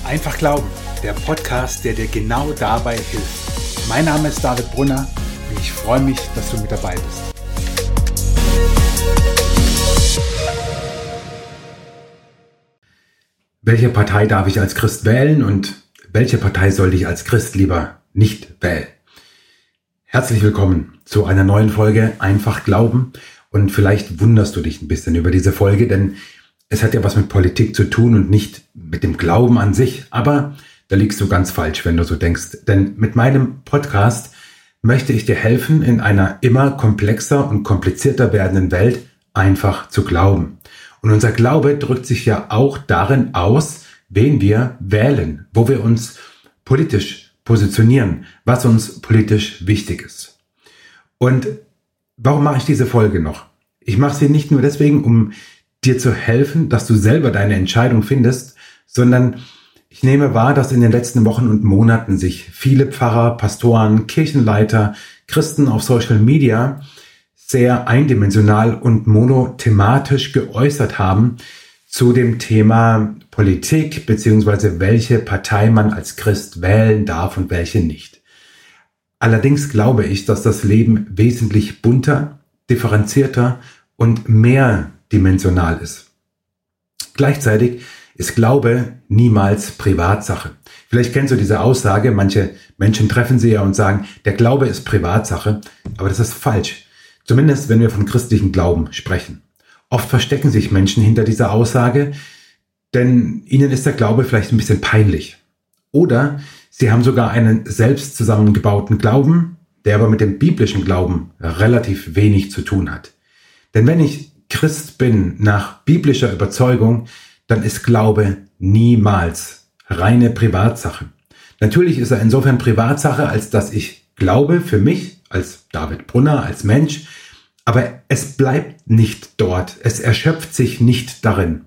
Einfach Glauben, der Podcast, der dir genau dabei hilft. Mein Name ist David Brunner und ich freue mich, dass du mit dabei bist. Welche Partei darf ich als Christ wählen und welche Partei sollte ich als Christ lieber nicht wählen? Herzlich willkommen zu einer neuen Folge Einfach Glauben, und vielleicht wunderst du dich ein bisschen über diese Folge, denn es hat ja was mit Politik zu tun und nicht mit dem Glauben an sich, aber da liegst du ganz falsch, wenn du so denkst, denn mit meinem Podcast möchte ich dir helfen, in einer immer komplexer und komplizierter werdenden Welt einfach zu glauben. Und unser Glaube drückt sich ja auch darin aus, wen wir wählen, wo wir uns politisch positionieren, was uns politisch wichtig ist. Und warum mache ich diese Folge noch? Ich mache sie nicht nur deswegen, um dir zu helfen, dass du selber deine Entscheidung findest, sondern ich nehme wahr, dass in den letzten Wochen und Monaten sich viele Pfarrer, Pastoren, Kirchenleiter, Christen auf Social Media sehr eindimensional und monothematisch geäußert haben zu dem Thema Politik bzw. welche Partei man als Christ wählen darf und welche nicht. Allerdings glaube ich, dass das Leben wesentlich bunter, differenzierter und mehrdimensional ist. Gleichzeitig ist Glaube niemals Privatsache. Vielleicht kennst du diese Aussage, manche Menschen treffen sie ja und sagen, der Glaube ist Privatsache, aber das ist falsch. Zumindest wenn wir von christlichem Glauben sprechen. Oft verstecken sich Menschen hinter dieser Aussage, denn ihnen ist der Glaube vielleicht ein bisschen peinlich. Oder sie haben sogar einen selbst zusammengebauten Glauben, der aber mit dem biblischen Glauben relativ wenig zu tun hat. Denn wenn ich Christ bin nach biblischer Überzeugung, dann ist Glaube niemals reine Privatsache. Natürlich ist er insofern Privatsache, als dass ich glaube für mich, als David Brunner, als Mensch, aber es bleibt nicht dort, es erschöpft sich nicht darin.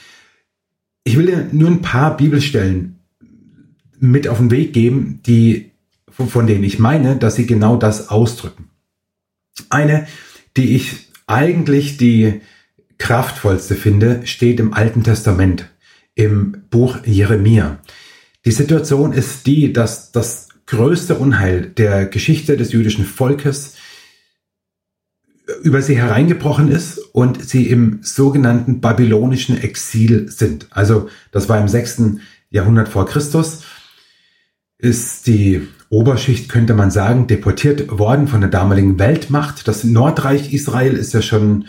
Ich will dir nur ein paar Bibelstellen mit auf den Weg geben, von denen ich meine, dass sie genau das ausdrücken. Eine, die ich eigentlich die kraftvollste finde, steht im Alten Testament, im Buch Jeremia. Die Situation ist die, dass das größte Unheil der Geschichte des jüdischen Volkes über sie hereingebrochen ist und sie im sogenannten babylonischen Exil sind. Also das war im 6. Jahrhundert vor Christus, ist die Oberschicht, könnte man sagen, deportiert worden von der damaligen Weltmacht. Das Nordreich Israel ist ja schon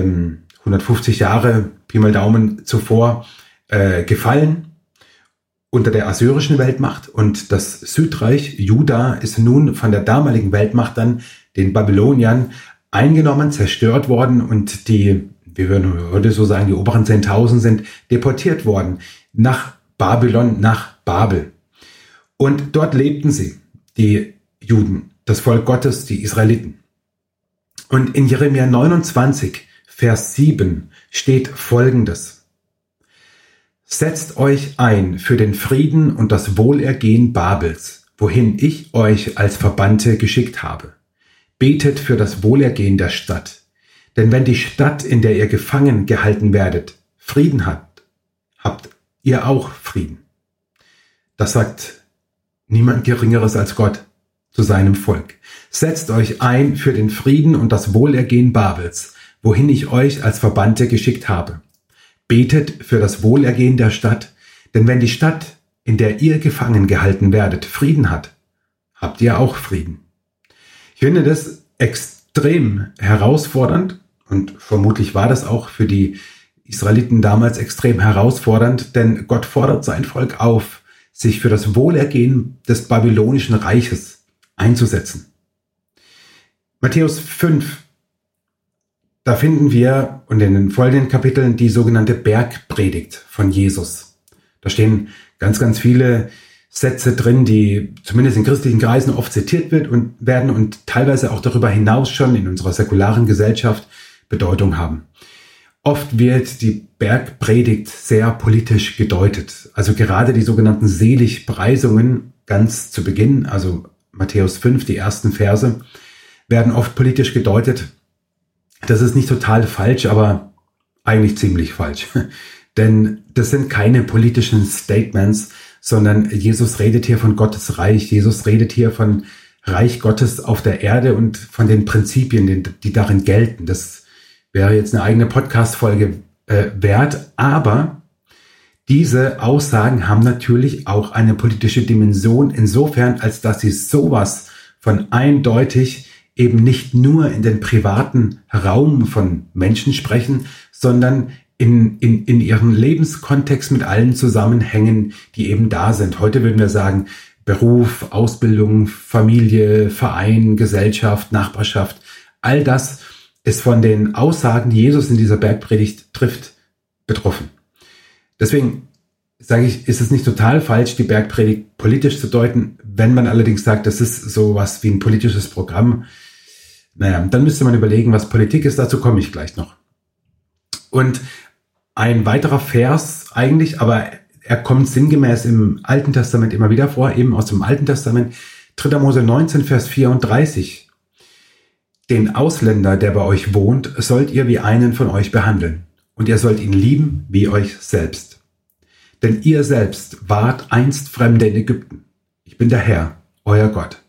150 Jahre, Pi mal Daumen, zuvor gefallen unter der assyrischen Weltmacht, und das Südreich Juda ist nun von der damaligen Weltmacht dann, den Babyloniern, eingenommen, zerstört worden, und die, wir würden heute so sagen, die oberen 10.000 sind deportiert worden nach Babylon, nach Babel. Und dort lebten sie, die Juden, das Volk Gottes, die Israeliten. Und in Jeremia 29, Vers 7 steht Folgendes: Setzt euch ein für den Frieden und das Wohlergehen Babels, wohin ich euch als Verbannte geschickt habe. Betet für das Wohlergehen der Stadt. Denn wenn die Stadt, in der ihr gefangen gehalten werdet, Frieden hat, habt ihr auch Frieden. Das sagt niemand Geringeres als Gott zu seinem Volk. Setzt euch ein für den Frieden und das Wohlergehen Babels, wohin ich euch als Verbannte geschickt habe. Betet für das Wohlergehen der Stadt, denn wenn die Stadt, in der ihr gefangen gehalten werdet, Frieden hat, habt ihr auch Frieden. Ich finde das extrem herausfordernd, und vermutlich war das auch für die Israeliten damals extrem herausfordernd, denn Gott fordert sein Volk auf, sich für das Wohlergehen des babylonischen Reiches einzusetzen. Matthäus 5, da finden wir und in den folgenden Kapiteln die sogenannte Bergpredigt von Jesus. Da stehen ganz, ganz viele Sätze drin, die zumindest in christlichen Kreisen oft zitiert werden und teilweise auch darüber hinaus schon in unserer säkularen Gesellschaft Bedeutung haben. Oft wird die Bergpredigt sehr politisch gedeutet. Also gerade die sogenannten Seligpreisungen ganz zu Beginn, also Matthäus 5, die ersten Verse, werden oft politisch gedeutet. Das ist nicht total falsch, aber eigentlich ziemlich falsch. Denn das sind keine politischen Statements, sondern Jesus redet hier von Gottes Reich. Jesus redet hier von Reich Gottes auf der Erde und von den Prinzipien, die darin gelten. Das wäre jetzt eine eigene Podcast-Folge wert, aber diese Aussagen haben natürlich auch eine politische Dimension insofern, als dass sie sowas von eindeutig eben nicht nur in den privaten Raum von Menschen sprechen, sondern in ihrem Lebenskontext mit allen Zusammenhängen, die eben da sind. Heute würden wir sagen, Beruf, Ausbildung, Familie, Verein, Gesellschaft, Nachbarschaft, all das ist von den Aussagen, die Jesus in dieser Bergpredigt trifft, betroffen. Deswegen sage ich, ist es nicht total falsch, die Bergpredigt politisch zu deuten. Wenn man allerdings sagt, das ist sowas wie ein politisches Programm, naja, dann müsste man überlegen, was Politik ist. Dazu komme ich gleich noch. Und ein weiterer Vers eigentlich, aber er kommt sinngemäß im Alten Testament immer wieder vor, eben aus dem Alten Testament, 3. Mose 19, Vers 34. Den Ausländer, der bei euch wohnt, sollt ihr wie einen von euch behandeln. Und ihr sollt ihn lieben wie euch selbst. Denn ihr selbst wart einst Fremde in Ägypten. Ich bin der Herr, euer Gott.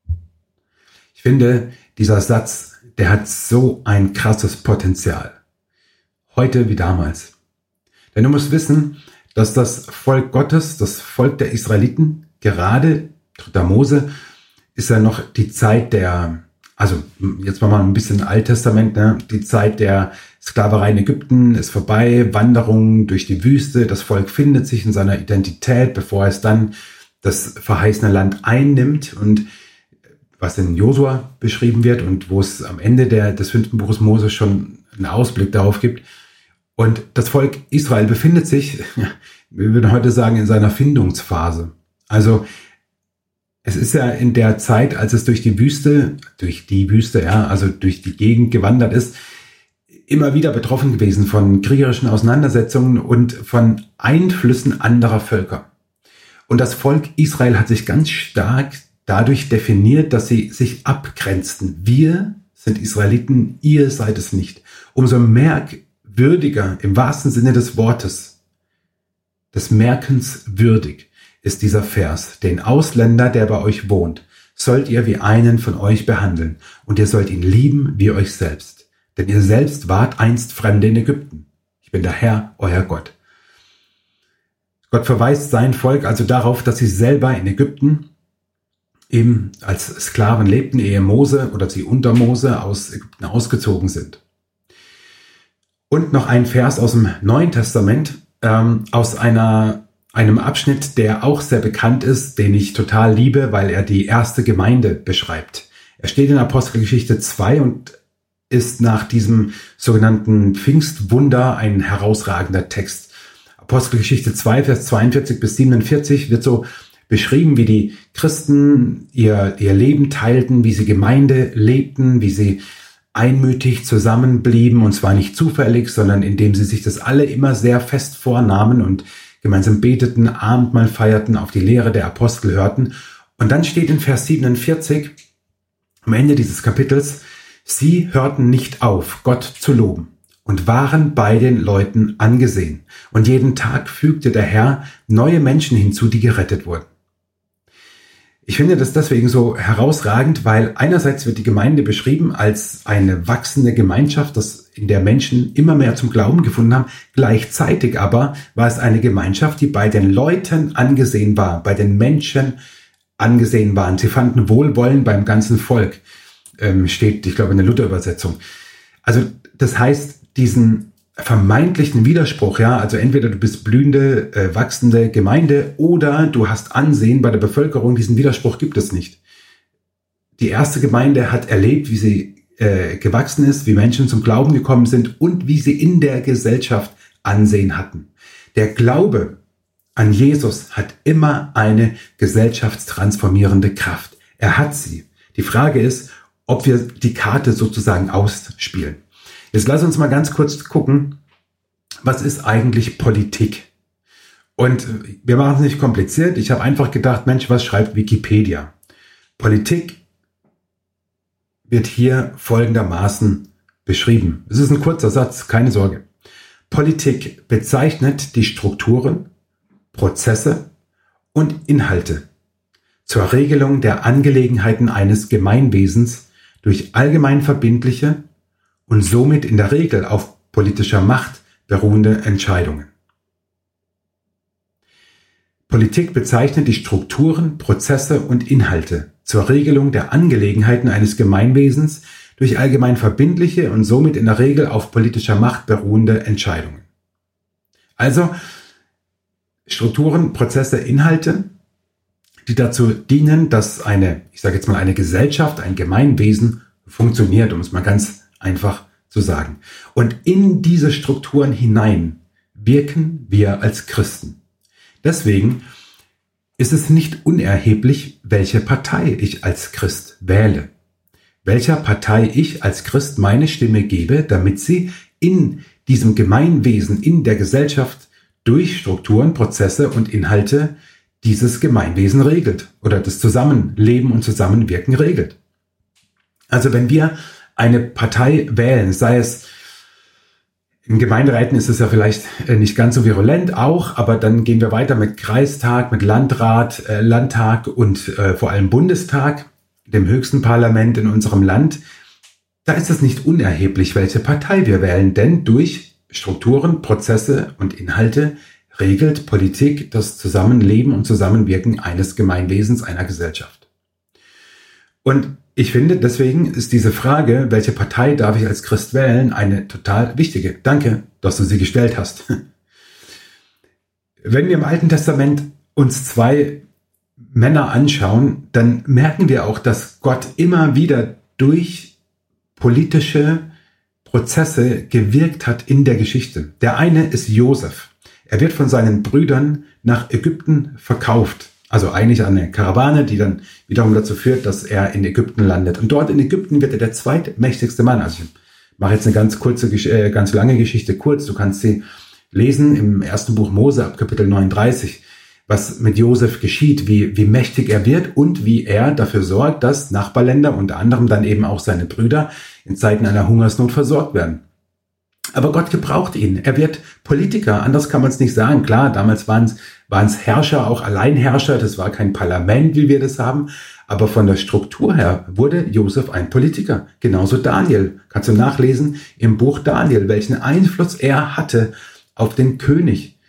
Ich finde, dieser Satz, der hat so ein krasses Potenzial. Heute wie damals. Denn du musst wissen, dass das Volk Gottes, das Volk der Israeliten, gerade 3. Mose, ist ja noch die Zeit der, also jetzt mal ein bisschen Alttestament, ne? Die Zeit der Sklaverei in Ägypten ist vorbei, Wanderung durch die Wüste, das Volk findet sich in seiner Identität, bevor es dann das verheißene Land einnimmt und was in Josua beschrieben wird und wo es am Ende des 5. Buches Mose schon einen Ausblick darauf gibt. Und das Volk Israel befindet sich, wir würden heute sagen, in seiner Findungsphase. Also es ist ja in der Zeit, als es durch die Wüste, ja, also durch die Gegend gewandert ist, immer wieder betroffen gewesen von kriegerischen Auseinandersetzungen und von Einflüssen anderer Völker. Und das Volk Israel hat sich ganz stark dadurch definiert, dass sie sich abgrenzten. Wir sind Israeliten, ihr seid es nicht. Umso merkwürdiger, im wahrsten Sinne des Wortes, des Merkens würdig, ist dieser Vers. Den Ausländer, der bei euch wohnt, sollt ihr wie einen von euch behandeln, und ihr sollt ihn lieben wie euch selbst. Denn ihr selbst wart einst Fremde in Ägypten. Ich bin der Herr, euer Gott. Gott verweist sein Volk also darauf, dass sie selber in Ägypten eben als Sklaven lebten, ehe Mose oder sie unter Mose aus Ägypten ausgezogen sind. Und noch ein Vers aus dem Neuen Testament, aus einem Abschnitt, der auch sehr bekannt ist, den ich total liebe, weil er die erste Gemeinde beschreibt. Er steht in Apostelgeschichte 2 und ist nach diesem sogenannten Pfingstwunder ein herausragender Text. Apostelgeschichte 2, Vers 42 bis 47 wird so beschrieben, wie die Christen ihr Leben teilten, wie sie Gemeinde lebten, wie sie einmütig zusammenblieben, und zwar nicht zufällig, sondern indem sie sich das alle immer sehr fest vornahmen und gemeinsam beteten, Abendmahl feierten, auf die Lehre der Apostel hörten. Und dann steht in Vers 47, am Ende dieses Kapitels, sie hörten nicht auf, Gott zu loben und waren bei den Leuten angesehen. Und jeden Tag fügte der Herr neue Menschen hinzu, die gerettet wurden. Ich finde das deswegen so herausragend, weil einerseits wird die Gemeinde beschrieben als eine wachsende Gemeinschaft, in der Menschen immer mehr zum Glauben gefunden haben. Gleichzeitig aber war es eine Gemeinschaft, die bei den Leuten angesehen war, bei den Menschen angesehen waren. Sie fanden Wohlwollen beim ganzen Volk, steht, ich glaube, in der Luther-Übersetzung. Also das heißt, diesen vermeintlichen Widerspruch, ja, also entweder du bist blühende, wachsende Gemeinde oder du hast Ansehen bei der Bevölkerung, diesen Widerspruch gibt es nicht. Die erste Gemeinde hat erlebt, wie sie gewachsen ist, wie Menschen zum Glauben gekommen sind und wie sie in der Gesellschaft Ansehen hatten. Der Glaube an Jesus hat immer eine gesellschaftstransformierende Kraft. Er hat sie. Die Frage ist, ob wir die Karte sozusagen ausspielen. Jetzt lass uns mal ganz kurz gucken, was ist eigentlich Politik? Und wir machen es nicht kompliziert. Ich habe einfach gedacht, Mensch, was schreibt Wikipedia? Politik wird hier folgendermaßen beschrieben. Es ist ein kurzer Satz, keine Sorge. Politik bezeichnet die Strukturen, Prozesse und Inhalte zur Regelung der Angelegenheiten eines Gemeinwesens durch allgemein verbindliche und somit in der Regel auf politischer Macht beruhende Entscheidungen. Politik bezeichnet die Strukturen, Prozesse und Inhalte zur Regelung der Angelegenheiten eines Gemeinwesens durch allgemein verbindliche und somit in der Regel auf politischer Macht beruhende Entscheidungen. Also Strukturen, Prozesse, Inhalte, die dazu dienen, dass eine Gesellschaft, ein Gemeinwesen funktioniert, um es mal ganz einfach zu sagen. Und in diese Strukturen hinein wirken wir als Christen. Deswegen ist es nicht unerheblich, welche Partei ich als Christ wähle. Welcher Partei ich als Christ meine Stimme gebe, damit sie in diesem Gemeinwesen, in der Gesellschaft durch Strukturen, Prozesse und Inhalte dieses Gemeinwesen regelt oder das Zusammenleben und Zusammenwirken regelt. Also wenn wir eine Partei wählen, sei es in Gemeinderäten ist es ja vielleicht nicht ganz so virulent auch, aber dann gehen wir weiter mit Kreistag, mit Landrat, Landtag und vor allem Bundestag, dem höchsten Parlament in unserem Land. Da ist es nicht unerheblich, welche Partei wir wählen, denn durch Strukturen, Prozesse und Inhalte regelt Politik das Zusammenleben und Zusammenwirken eines Gemeinwesens, einer Gesellschaft. Und ich finde, deswegen ist diese Frage, welche Partei darf ich als Christ wählen, eine total wichtige. Danke, dass du sie gestellt hast. Wenn wir im Alten Testament uns zwei Männer anschauen, dann merken wir auch, dass Gott immer wieder durch politische Prozesse gewirkt hat in der Geschichte. Der eine ist Josef. Er wird von seinen Brüdern nach Ägypten verkauft. Also eigentlich eine Karawane, die dann wiederum dazu führt, dass er in Ägypten landet. Und dort in Ägypten wird er der zweitmächtigste Mann. Also ich mache jetzt eine ganz lange Geschichte kurz. Du kannst sie lesen im ersten Buch Mose ab Kapitel 39, was mit Josef geschieht, wie mächtig er wird und wie er dafür sorgt, dass Nachbarländer, unter anderem dann eben auch seine Brüder, in Zeiten einer Hungersnot versorgt werden. Aber Gott gebraucht ihn. Er wird Politiker, anders kann man es nicht sagen. Klar, damals waren es Herrscher, auch Alleinherrscher, das war kein Parlament, wie wir das haben. Aber von der Struktur her wurde Josef ein Politiker. Genauso Daniel. Kannst du nachlesen im Buch Daniel, welchen Einfluss er hatte auf den König.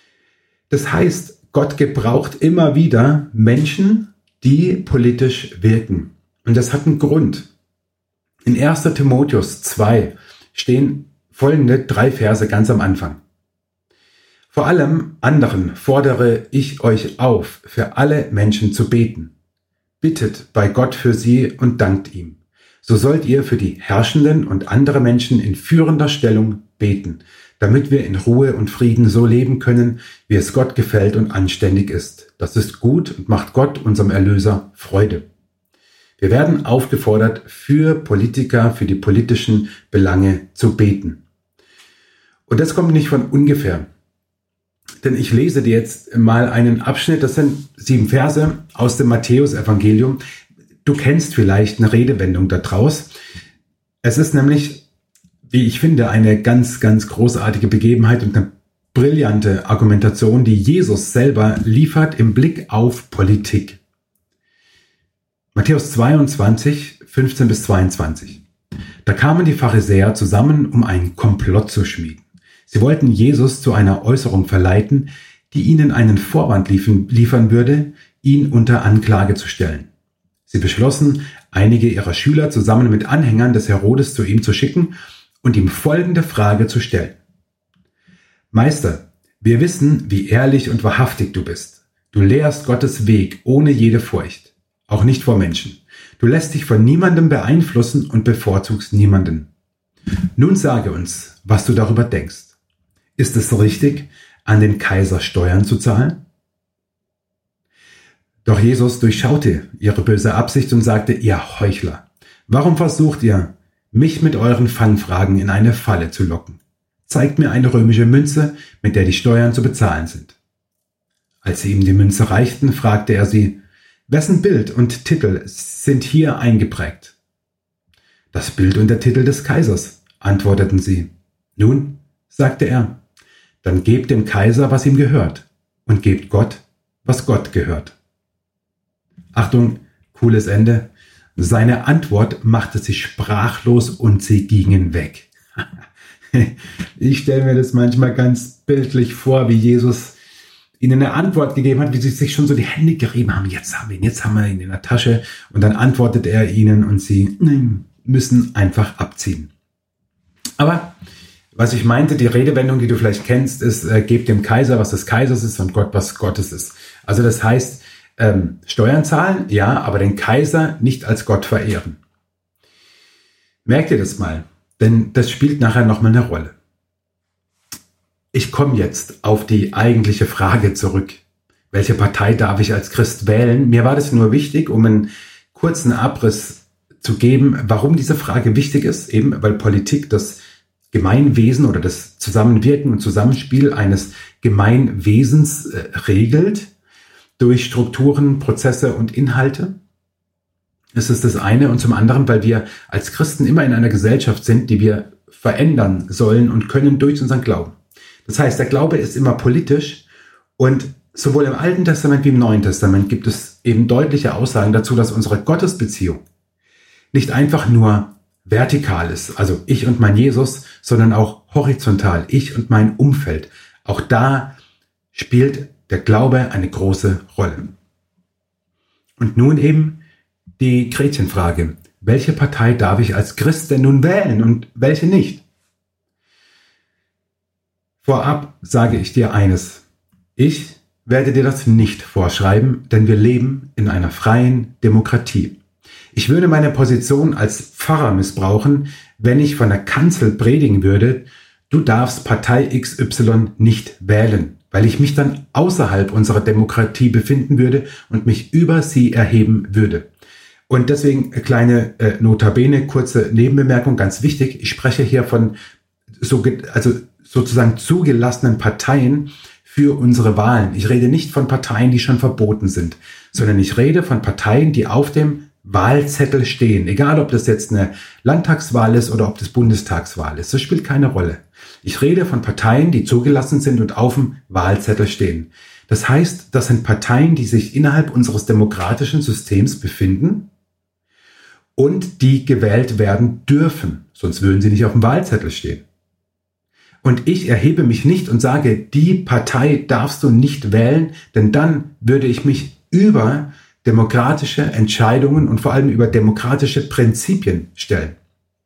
Das heißt, Gott gebraucht immer wieder Menschen, die politisch wirken. Und das hat einen Grund. In 1. Timotheus 2 stehen folgende 3 Verse ganz am Anfang. Vor allem anderen fordere ich euch auf, für alle Menschen zu beten. Bittet bei Gott für sie und dankt ihm. So sollt ihr für die Herrschenden und andere Menschen in führender Stellung beten, damit wir in Ruhe und Frieden so leben können, wie es Gott gefällt und anständig ist. Das ist gut und macht Gott, unserem Erlöser, Freude. Wir werden aufgefordert, für Politiker, für die politischen Belange zu beten. Und das kommt nicht von ungefähr. Denn ich lese dir jetzt mal einen Abschnitt, das sind 7 Verse aus dem Matthäus-Evangelium. Du kennst vielleicht eine Redewendung daraus. Es ist nämlich, wie ich finde, eine ganz, ganz großartige Begebenheit und eine brillante Argumentation, die Jesus selber liefert im Blick auf Politik. Matthäus 22, 15 bis 22. Da kamen die Pharisäer zusammen, um einen Komplott zu schmieden. Sie wollten Jesus zu einer Äußerung verleiten, die ihnen einen Vorwand liefern würde, ihn unter Anklage zu stellen. Sie beschlossen, einige ihrer Schüler zusammen mit Anhängern des Herodes zu ihm zu schicken und ihm folgende Frage zu stellen. Meister, wir wissen, wie ehrlich und wahrhaftig du bist. Du lehrst Gottes Weg ohne jede Furcht, auch nicht vor Menschen. Du lässt dich von niemandem beeinflussen und bevorzugst niemanden. Nun sage uns, was du darüber denkst. Ist es richtig, an den Kaiser Steuern zu zahlen? Doch Jesus durchschaute ihre böse Absicht und sagte, ihr Heuchler, warum versucht ihr, mich mit euren Fangfragen in eine Falle zu locken? Zeigt mir eine römische Münze, mit der die Steuern zu bezahlen sind. Als sie ihm die Münze reichten, fragte er sie, wessen Bild und Titel sind hier eingeprägt? Das Bild und der Titel des Kaisers, antworteten sie. Nun, sagte er, dann gebt dem Kaiser, was ihm gehört, und gebt Gott, was Gott gehört. Achtung, cooles Ende. Seine Antwort machte sie sprachlos und sie gingen weg. Ich stelle mir das manchmal ganz bildlich vor, wie Jesus ihnen eine Antwort gegeben hat, wie sie sich schon so die Hände gerieben haben. Jetzt haben wir ihn in der Tasche. Und dann antwortet er ihnen und sie müssen einfach abziehen. Aber was ich meinte, die Redewendung, die du vielleicht kennst, ist, gebt dem Kaiser, was des Kaisers ist und Gott, was Gottes ist. Also das heißt, Steuern zahlen, ja, aber den Kaiser nicht als Gott verehren. Merkt ihr das mal? Denn das spielt nachher nochmal eine Rolle. Ich komme jetzt auf die eigentliche Frage zurück. Welche Partei darf ich als Christ wählen? Mir war das nur wichtig, um einen kurzen Abriss zu geben, warum diese Frage wichtig ist. Eben, weil Politik das Gemeinwesen oder das Zusammenwirken und Zusammenspiel eines Gemeinwesens regelt durch Strukturen, Prozesse und Inhalte. Das ist das eine. Und zum anderen, weil wir als Christen immer in einer Gesellschaft sind, die wir verändern sollen und können durch unseren Glauben. Das heißt, der Glaube ist immer politisch und sowohl im Alten Testament wie im Neuen Testament gibt es eben deutliche Aussagen dazu, dass unsere Gottesbeziehung nicht einfach nur vertikal ist, also ich und mein Jesus, sondern auch horizontal, ich und mein Umfeld. Auch da spielt der Glaube eine große Rolle. Und nun eben die Gretchenfrage. Welche Partei darf ich als Christ denn nun wählen und welche nicht? Vorab sage ich dir eines. Ich werde dir das nicht vorschreiben, denn wir leben in einer freien Demokratie. Ich würde meine Position als Pfarrer missbrauchen, wenn ich von der Kanzel predigen würde, du darfst Partei XY nicht wählen, weil ich mich dann außerhalb unserer Demokratie befinden würde und mich über sie erheben würde. Und deswegen kleine Notabene, kurze Nebenbemerkung, ganz wichtig. Ich spreche hier von sozusagen zugelassenen Parteien für unsere Wahlen. Ich rede nicht von Parteien, die schon verboten sind, sondern ich rede von Parteien, die auf dem Wahlzettel stehen. Egal, ob das jetzt eine Landtagswahl ist oder ob das Bundestagswahl ist. Das spielt keine Rolle. Ich rede von Parteien, die zugelassen sind und auf dem Wahlzettel stehen. Das heißt, das sind Parteien, die sich innerhalb unseres demokratischen Systems befinden und die gewählt werden dürfen. Sonst würden sie nicht auf dem Wahlzettel stehen. Und ich erhebe mich nicht und sage, die Partei darfst du nicht wählen, denn dann würde ich mich über demokratische Entscheidungen und vor allem über demokratische Prinzipien stellen.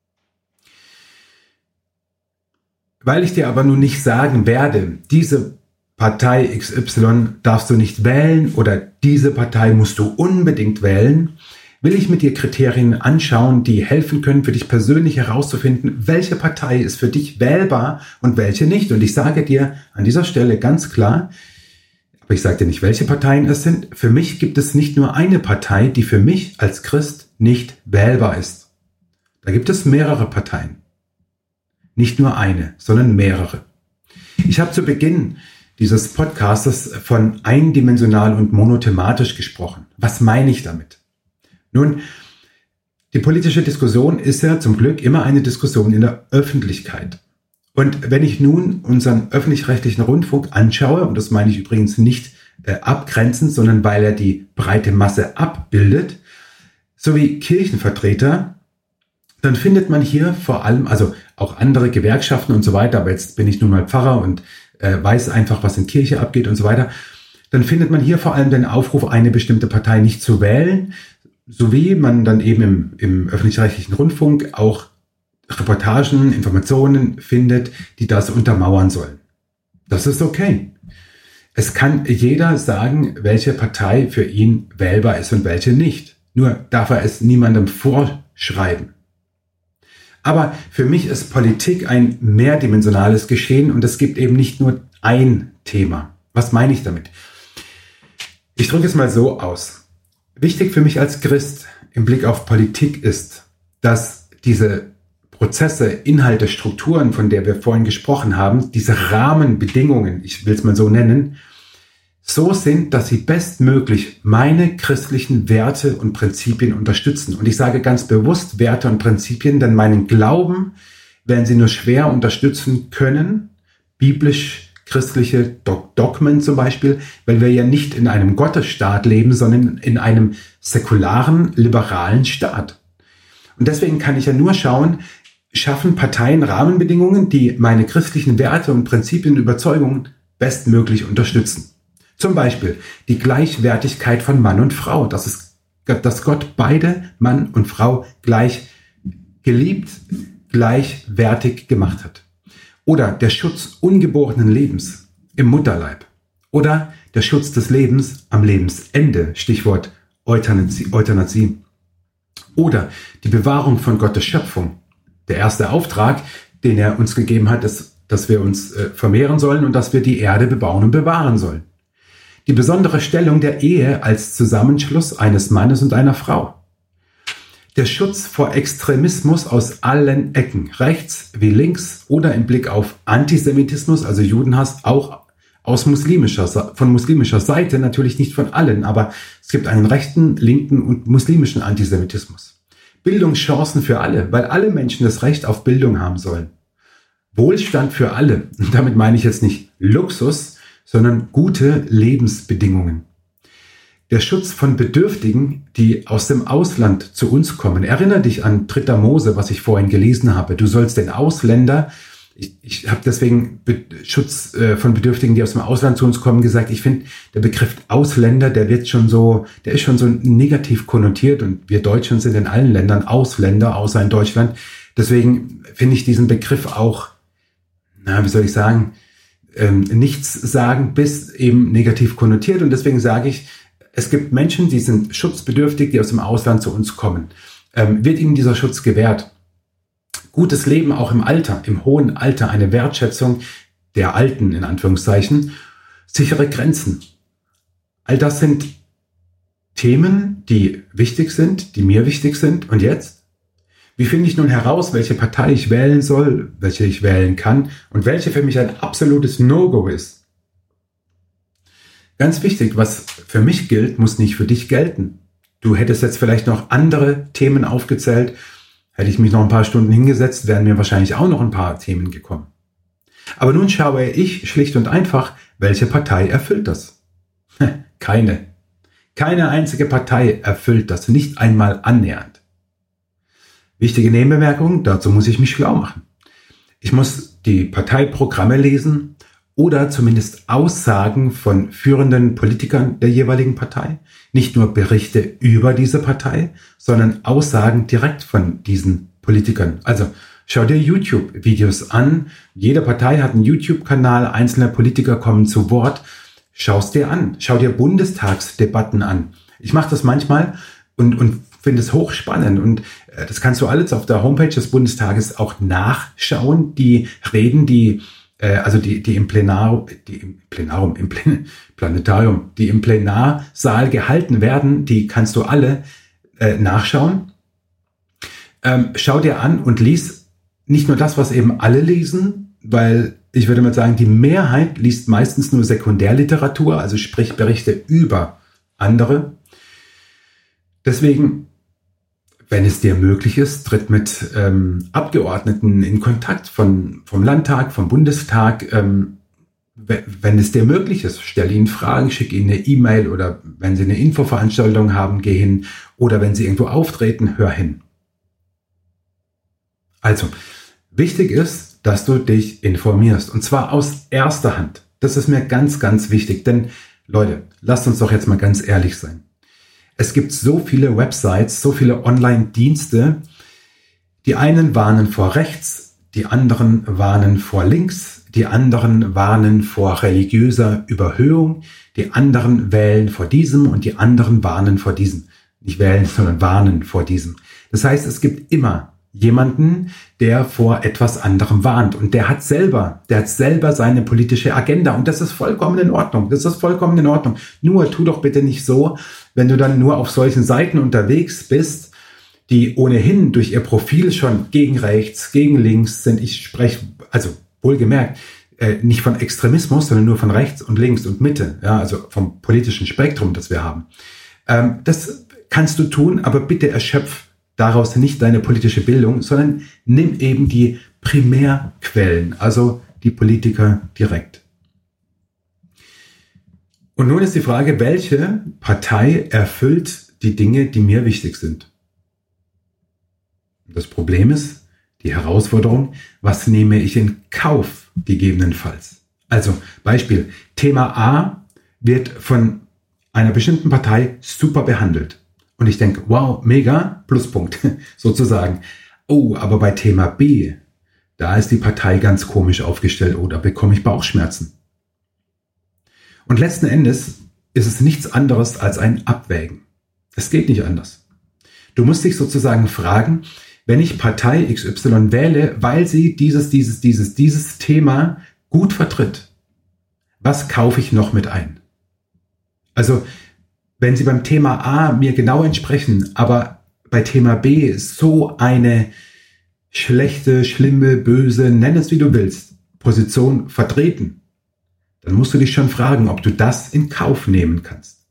Weil ich dir aber nun nicht sagen werde, diese Partei XY darfst du nicht wählen oder diese Partei musst du unbedingt wählen, will ich mit dir Kriterien anschauen, die helfen können, für dich persönlich herauszufinden, welche Partei ist für dich wählbar und welche nicht. Und ich sage dir an dieser Stelle ganz klar, aber ich sage dir nicht, welche Parteien es sind. Für mich gibt es nicht nur eine Partei, die für mich als Christ nicht wählbar ist. Da gibt es mehrere Parteien. Nicht nur eine, sondern mehrere. Ich habe zu Beginn dieses Podcastes von eindimensional und monothematisch gesprochen. Was meine ich damit? Nun, die politische Diskussion ist ja zum Glück immer eine Diskussion in der Öffentlichkeit. Und wenn ich nun unseren öffentlich-rechtlichen Rundfunk anschaue, und das meine ich übrigens nicht abgrenzend, sondern weil er die breite Masse abbildet, sowie Kirchenvertreter, dann findet man hier vor allem, also auch andere Gewerkschaften und so weiter, aber jetzt bin ich nun mal Pfarrer und weiß einfach, was in Kirche abgeht und so weiter, dann findet man hier vor allem den Aufruf, eine bestimmte Partei nicht zu wählen, sowie man dann eben im öffentlich-rechtlichen Rundfunk auch Reportagen, Informationen findet, die das untermauern sollen. Das ist okay. Es kann jeder sagen, welche Partei für ihn wählbar ist und welche nicht. Nur darf er es niemandem vorschreiben. Aber für mich ist Politik ein mehrdimensionales Geschehen und es gibt eben nicht nur ein Thema. Was meine ich damit? Ich drücke es mal so aus. Wichtig für mich als Christ im Blick auf Politik ist, dass diese Prozesse, Inhalte, Strukturen, von der wir vorhin gesprochen haben, diese Rahmenbedingungen, ich will es mal so nennen, so sind, dass sie bestmöglich meine christlichen Werte und Prinzipien unterstützen. Und ich sage ganz bewusst Werte und Prinzipien, denn meinen Glauben werden sie nur schwer unterstützen können, biblisch christliche Dogmen zum Beispiel, weil wir ja nicht in einem Gottesstaat leben, sondern in einem säkularen, liberalen Staat. Und deswegen kann ich ja nur schauen, schaffen Parteien Rahmenbedingungen, die meine christlichen Werte und Prinzipien und Überzeugungen bestmöglich unterstützen. Zum Beispiel die Gleichwertigkeit von Mann und Frau, dass Gott beide, Mann und Frau, gleich geliebt, gleichwertig gemacht hat. Oder der Schutz ungeborenen Lebens im Mutterleib. Oder der Schutz des Lebens am Lebensende, Stichwort Euthanasie. Oder die Bewahrung von Gottes Schöpfung. Der erste Auftrag, den er uns gegeben hat, ist, dass wir uns vermehren sollen und dass wir die Erde bebauen und bewahren sollen. Die besondere Stellung der Ehe als Zusammenschluss eines Mannes und einer Frau. Der Schutz vor Extremismus aus allen Ecken, rechts wie links oder im Blick auf Antisemitismus, also Judenhass, auch von muslimischer Seite, natürlich nicht von allen, aber es gibt einen rechten, linken und muslimischen Antisemitismus. Bildungschancen für alle, weil alle Menschen das Recht auf Bildung haben sollen. Wohlstand für alle, und damit meine ich jetzt nicht Luxus, sondern gute Lebensbedingungen. Der Schutz von Bedürftigen, die aus dem Ausland zu uns kommen. Erinnere dich an 3. Mose, was ich vorhin gelesen habe. Du sollst den Ausländer, ich habe deswegen Schutz von Bedürftigen, die aus dem Ausland zu uns kommen, gesagt, ich finde, der Begriff Ausländer, der ist schon so negativ konnotiert und wir Deutschen sind in allen Ländern Ausländer, außer in Deutschland. Deswegen finde ich diesen Begriff auch, nichts sagen, bis eben negativ konnotiert, und deswegen sage ich, es gibt Menschen, die sind schutzbedürftig, die aus dem Ausland zu uns kommen. Wird ihnen dieser Schutz gewährt? Gutes Leben auch im Alter, im hohen Alter, eine Wertschätzung der Alten, in Anführungszeichen, sichere Grenzen. All das sind Themen, die wichtig sind, die mir wichtig sind. Und jetzt? Wie finde ich nun heraus, welche Partei ich wählen soll, welche ich wählen kann und welche für mich ein absolutes No-Go ist? Ganz wichtig, was für mich gilt, muss nicht für dich gelten. Du hättest jetzt vielleicht noch andere Themen aufgezählt. Hätte ich mich noch ein paar Stunden hingesetzt, wären mir wahrscheinlich auch noch ein paar Themen gekommen. Aber nun schaue ich schlicht und einfach, welche Partei erfüllt das? Keine. Keine einzige Partei erfüllt das, nicht einmal annähernd. Wichtige Nebenbemerkung, dazu muss ich mich schlau machen. Ich muss die Parteiprogramme lesen oder zumindest Aussagen von führenden Politikern der jeweiligen Partei. Nicht nur Berichte über diese Partei, sondern Aussagen direkt von diesen Politikern. Also schau dir YouTube-Videos an. Jede Partei hat einen YouTube-Kanal, einzelne Politiker kommen zu Wort. Schau es dir an. Schau dir Bundestagsdebatten an. Ich mache das manchmal und finde es hochspannend. Und das kannst du alles auf der Homepage des Bundestages auch nachschauen. Die Reden, die im Planetarium, die im Plenarsaal gehalten werden, die kannst du alle nachschauen. Schau dir an und lies nicht nur das, was eben alle lesen, weil ich würde mal sagen, die Mehrheit liest meistens nur Sekundärliteratur, also sprich Berichte über andere. Deswegen, wenn es dir möglich ist, tritt mit Abgeordneten in Kontakt vom Landtag, vom Bundestag. Wenn es dir möglich ist, stell ihnen Fragen, schick ihnen eine E-Mail oder wenn sie eine Infoveranstaltung haben, geh hin. Oder wenn sie irgendwo auftreten, hör hin. Also, wichtig ist, dass du dich informierst. Und zwar aus erster Hand. Das ist mir ganz, ganz wichtig. Denn, Leute, lasst uns doch jetzt mal ganz ehrlich sein. Es gibt so viele Websites, so viele Online-Dienste. Die einen warnen vor rechts, die anderen warnen vor links, die anderen warnen vor religiöser Überhöhung, die anderen wählen vor diesem und die anderen warnen vor diesem. Nicht wählen, sondern warnen vor diesem. Das heißt, es gibt immer jemanden, der vor etwas anderem warnt und der hat selber seine politische Agenda und das ist vollkommen in Ordnung. Das ist vollkommen in Ordnung. Nur tu doch bitte nicht so, wenn du dann nur auf solchen Seiten unterwegs bist, die ohnehin durch ihr Profil schon gegen rechts, gegen links sind. Ich spreche, also wohlgemerkt, nicht von Extremismus, sondern nur von rechts und links und Mitte, ja, also vom politischen Spektrum, das wir haben. Das kannst du tun, aber bitte erschöpf daraus nicht deine politische Bildung, sondern nimm eben die Primärquellen, also die Politiker direkt. Und nun ist die Frage, welche Partei erfüllt die Dinge, die mir wichtig sind? Das Problem ist, die Herausforderung, was nehme ich in Kauf gegebenenfalls? Also Beispiel, Thema A wird von einer bestimmten Partei super behandelt. Und ich denke, wow, mega, Pluspunkt, sozusagen. Oh, aber bei Thema B, da ist die Partei ganz komisch aufgestellt oder bekomme ich Bauchschmerzen. Und letzten Endes ist es nichts anderes als ein Abwägen. Es geht nicht anders. Du musst dich sozusagen fragen, wenn ich Partei XY wähle, weil sie dieses Thema gut vertritt, was kaufe ich noch mit ein? Also, wenn sie beim Thema A mir genau entsprechen, aber bei Thema B so eine schlechte, schlimme, böse, nenn es wie du willst, Position vertreten, dann musst du dich schon fragen, ob du das in Kauf nehmen kannst.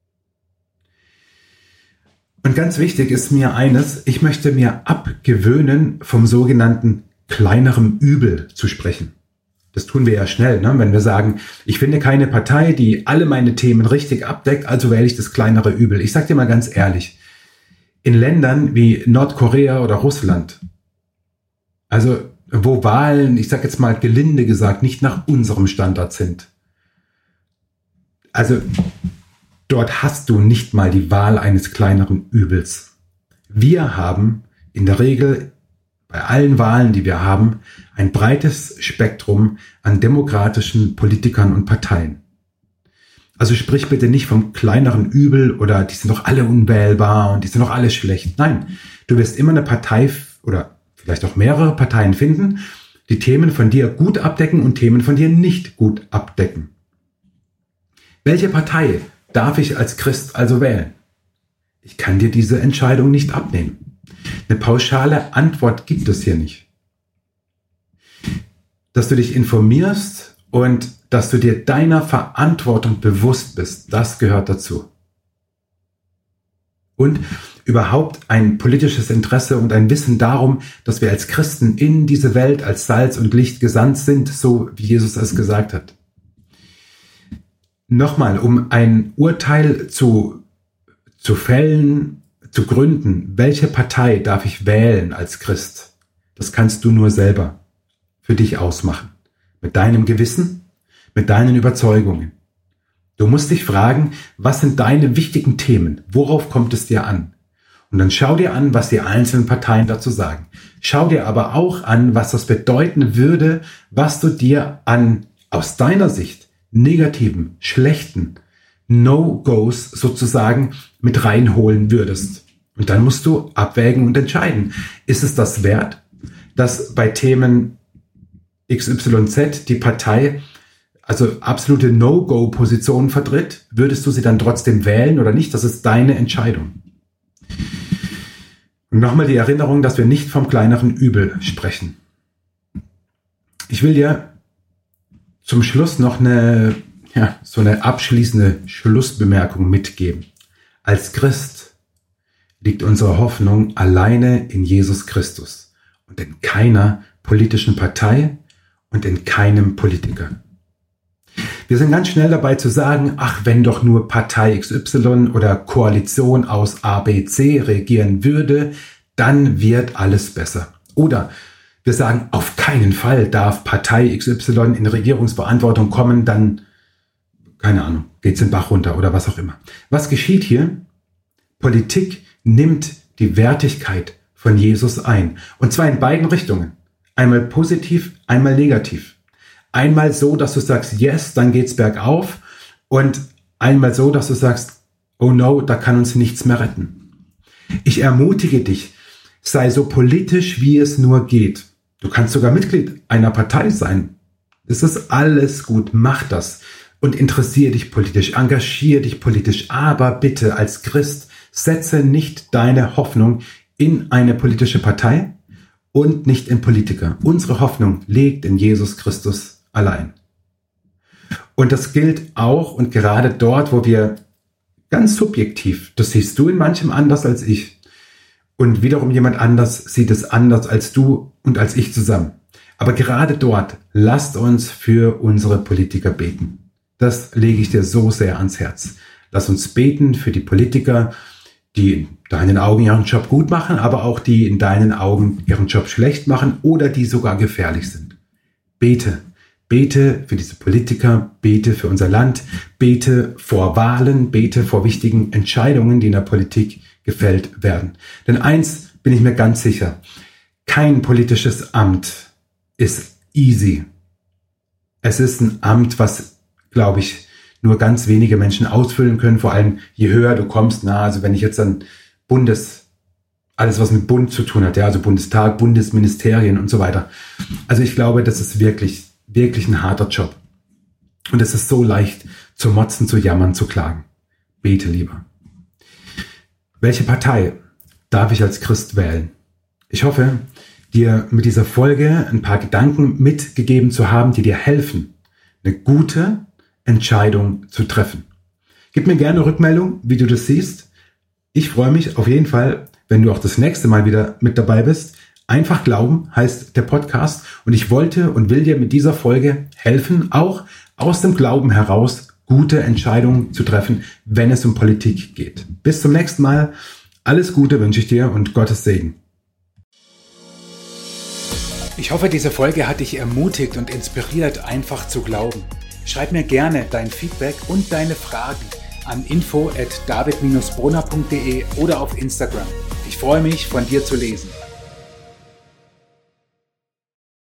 Und ganz wichtig ist mir eines, ich möchte mir abgewöhnen, vom sogenannten kleineren Übel zu sprechen. Das tun wir ja schnell, ne? Wenn wir sagen, ich finde keine Partei, die alle meine Themen richtig abdeckt, also wähle ich das kleinere Übel. Ich sage dir mal ganz ehrlich, in Ländern wie Nordkorea oder Russland, also wo Wahlen, ich sage jetzt mal gelinde gesagt, nicht nach unserem Standard sind, also dort hast du nicht mal die Wahl eines kleineren Übels. Wir haben in der Regel bei allen Wahlen, die wir haben, ein breites Spektrum an demokratischen Politikern und Parteien. Also sprich bitte nicht vom kleineren Übel oder die sind doch alle unwählbar und die sind doch alle schlecht. Nein, du wirst immer eine Partei oder vielleicht auch mehrere Parteien finden, die Themen von dir gut abdecken und Themen von dir nicht gut abdecken. Welche Partei darf ich als Christ also wählen? Ich kann dir diese Entscheidung nicht abnehmen. Eine pauschale Antwort gibt es hier nicht. Dass du dich informierst und dass du dir deiner Verantwortung bewusst bist, das gehört dazu. Und überhaupt ein politisches Interesse und ein Wissen darum, dass wir als Christen in diese Welt als Salz und Licht gesandt sind, so wie Jesus es gesagt hat. Nochmal, um ein Urteil zu fällen, zu gründen, welche Partei darf ich wählen als Christ? Das kannst du nur selber für dich ausmachen. Mit deinem Gewissen, mit deinen Überzeugungen. Du musst dich fragen, was sind deine wichtigen Themen? Worauf kommt es dir an? Und dann schau dir an, was die einzelnen Parteien dazu sagen. Schau dir aber auch an, was das bedeuten würde, was du dir an, aus deiner Sicht, negativen, schlechten No-Gos sozusagen mit reinholen würdest. Und dann musst du abwägen und entscheiden. Ist es das wert, dass bei Themen XYZ die Partei also absolute No-Go-Positionen vertritt? Würdest du sie dann trotzdem wählen oder nicht? Das ist deine Entscheidung. Und nochmal die Erinnerung, dass wir nicht vom kleineren Übel sprechen. Ich will dir zum Schluss noch so eine abschließende Schlussbemerkung mitgeben. Als Christ liegt unsere Hoffnung alleine in Jesus Christus und in keiner politischen Partei und in keinem Politiker. Wir sind ganz schnell dabei zu sagen, ach, wenn doch nur Partei XY oder Koalition aus A, B, C regieren würde, dann wird alles besser. Oder wir sagen, auf keinen Fall darf Partei XY in Regierungsverantwortung kommen, dann keine Ahnung, geht's den Bach runter oder was auch immer. Was geschieht hier? Politik nimmt die Wertigkeit von Jesus ein. Und zwar in beiden Richtungen. Einmal positiv, einmal negativ. Einmal so, dass du sagst, yes, dann geht's bergauf. Und einmal so, dass du sagst, oh no, da kann uns nichts mehr retten. Ich ermutige dich, sei so politisch, wie es nur geht. Du kannst sogar Mitglied einer Partei sein. Es ist alles gut, mach das. Und interessiere dich politisch, engagiere dich politisch, aber bitte als Christ setze nicht deine Hoffnung in eine politische Partei und nicht in Politiker. Unsere Hoffnung liegt in Jesus Christus allein. Und das gilt auch und gerade dort, wo wir ganz subjektiv, das siehst du in manchem anders als ich und wiederum jemand anders sieht es anders als du und als ich zusammen. Aber gerade dort, lasst uns für unsere Politiker beten. Das lege ich dir so sehr ans Herz. Lass uns beten für die Politiker, die in deinen Augen ihren Job gut machen, aber auch die in deinen Augen ihren Job schlecht machen oder die sogar gefährlich sind. Bete. Bete für diese Politiker, bete für unser Land, bete vor Wahlen, bete vor wichtigen Entscheidungen, die in der Politik gefällt werden. Denn eins bin ich mir ganz sicher, kein politisches Amt ist easy. Es ist ein Amt, was, glaube ich, nur ganz wenige Menschen ausfüllen können, vor allem je höher du kommst. Also wenn ich jetzt an alles was mit Bund zu tun hat, ja, also Bundestag, Bundesministerien und so weiter. Also ich glaube, das ist wirklich ein harter Job. Und es ist so leicht zu motzen, zu jammern, zu klagen. Bete lieber. Welche Partei darf ich als Christ wählen? Ich hoffe, dir mit dieser Folge ein paar Gedanken mitgegeben zu haben, die dir helfen, eine gute Entscheidung zu treffen. Gib mir gerne Rückmeldung, wie du das siehst. Ich freue mich auf jeden Fall, wenn du auch das nächste Mal wieder mit dabei bist. Einfach glauben heißt der Podcast und ich wollte und will dir mit dieser Folge helfen, auch aus dem Glauben heraus gute Entscheidungen zu treffen, wenn es um Politik geht. Bis zum nächsten Mal. Alles Gute wünsche ich dir und Gottes Segen. Ich hoffe, diese Folge hat dich ermutigt und inspiriert, einfach zu glauben. Schreib mir gerne dein Feedback und deine Fragen an info@david-brunner.de oder auf Instagram. Ich freue mich, von dir zu lesen.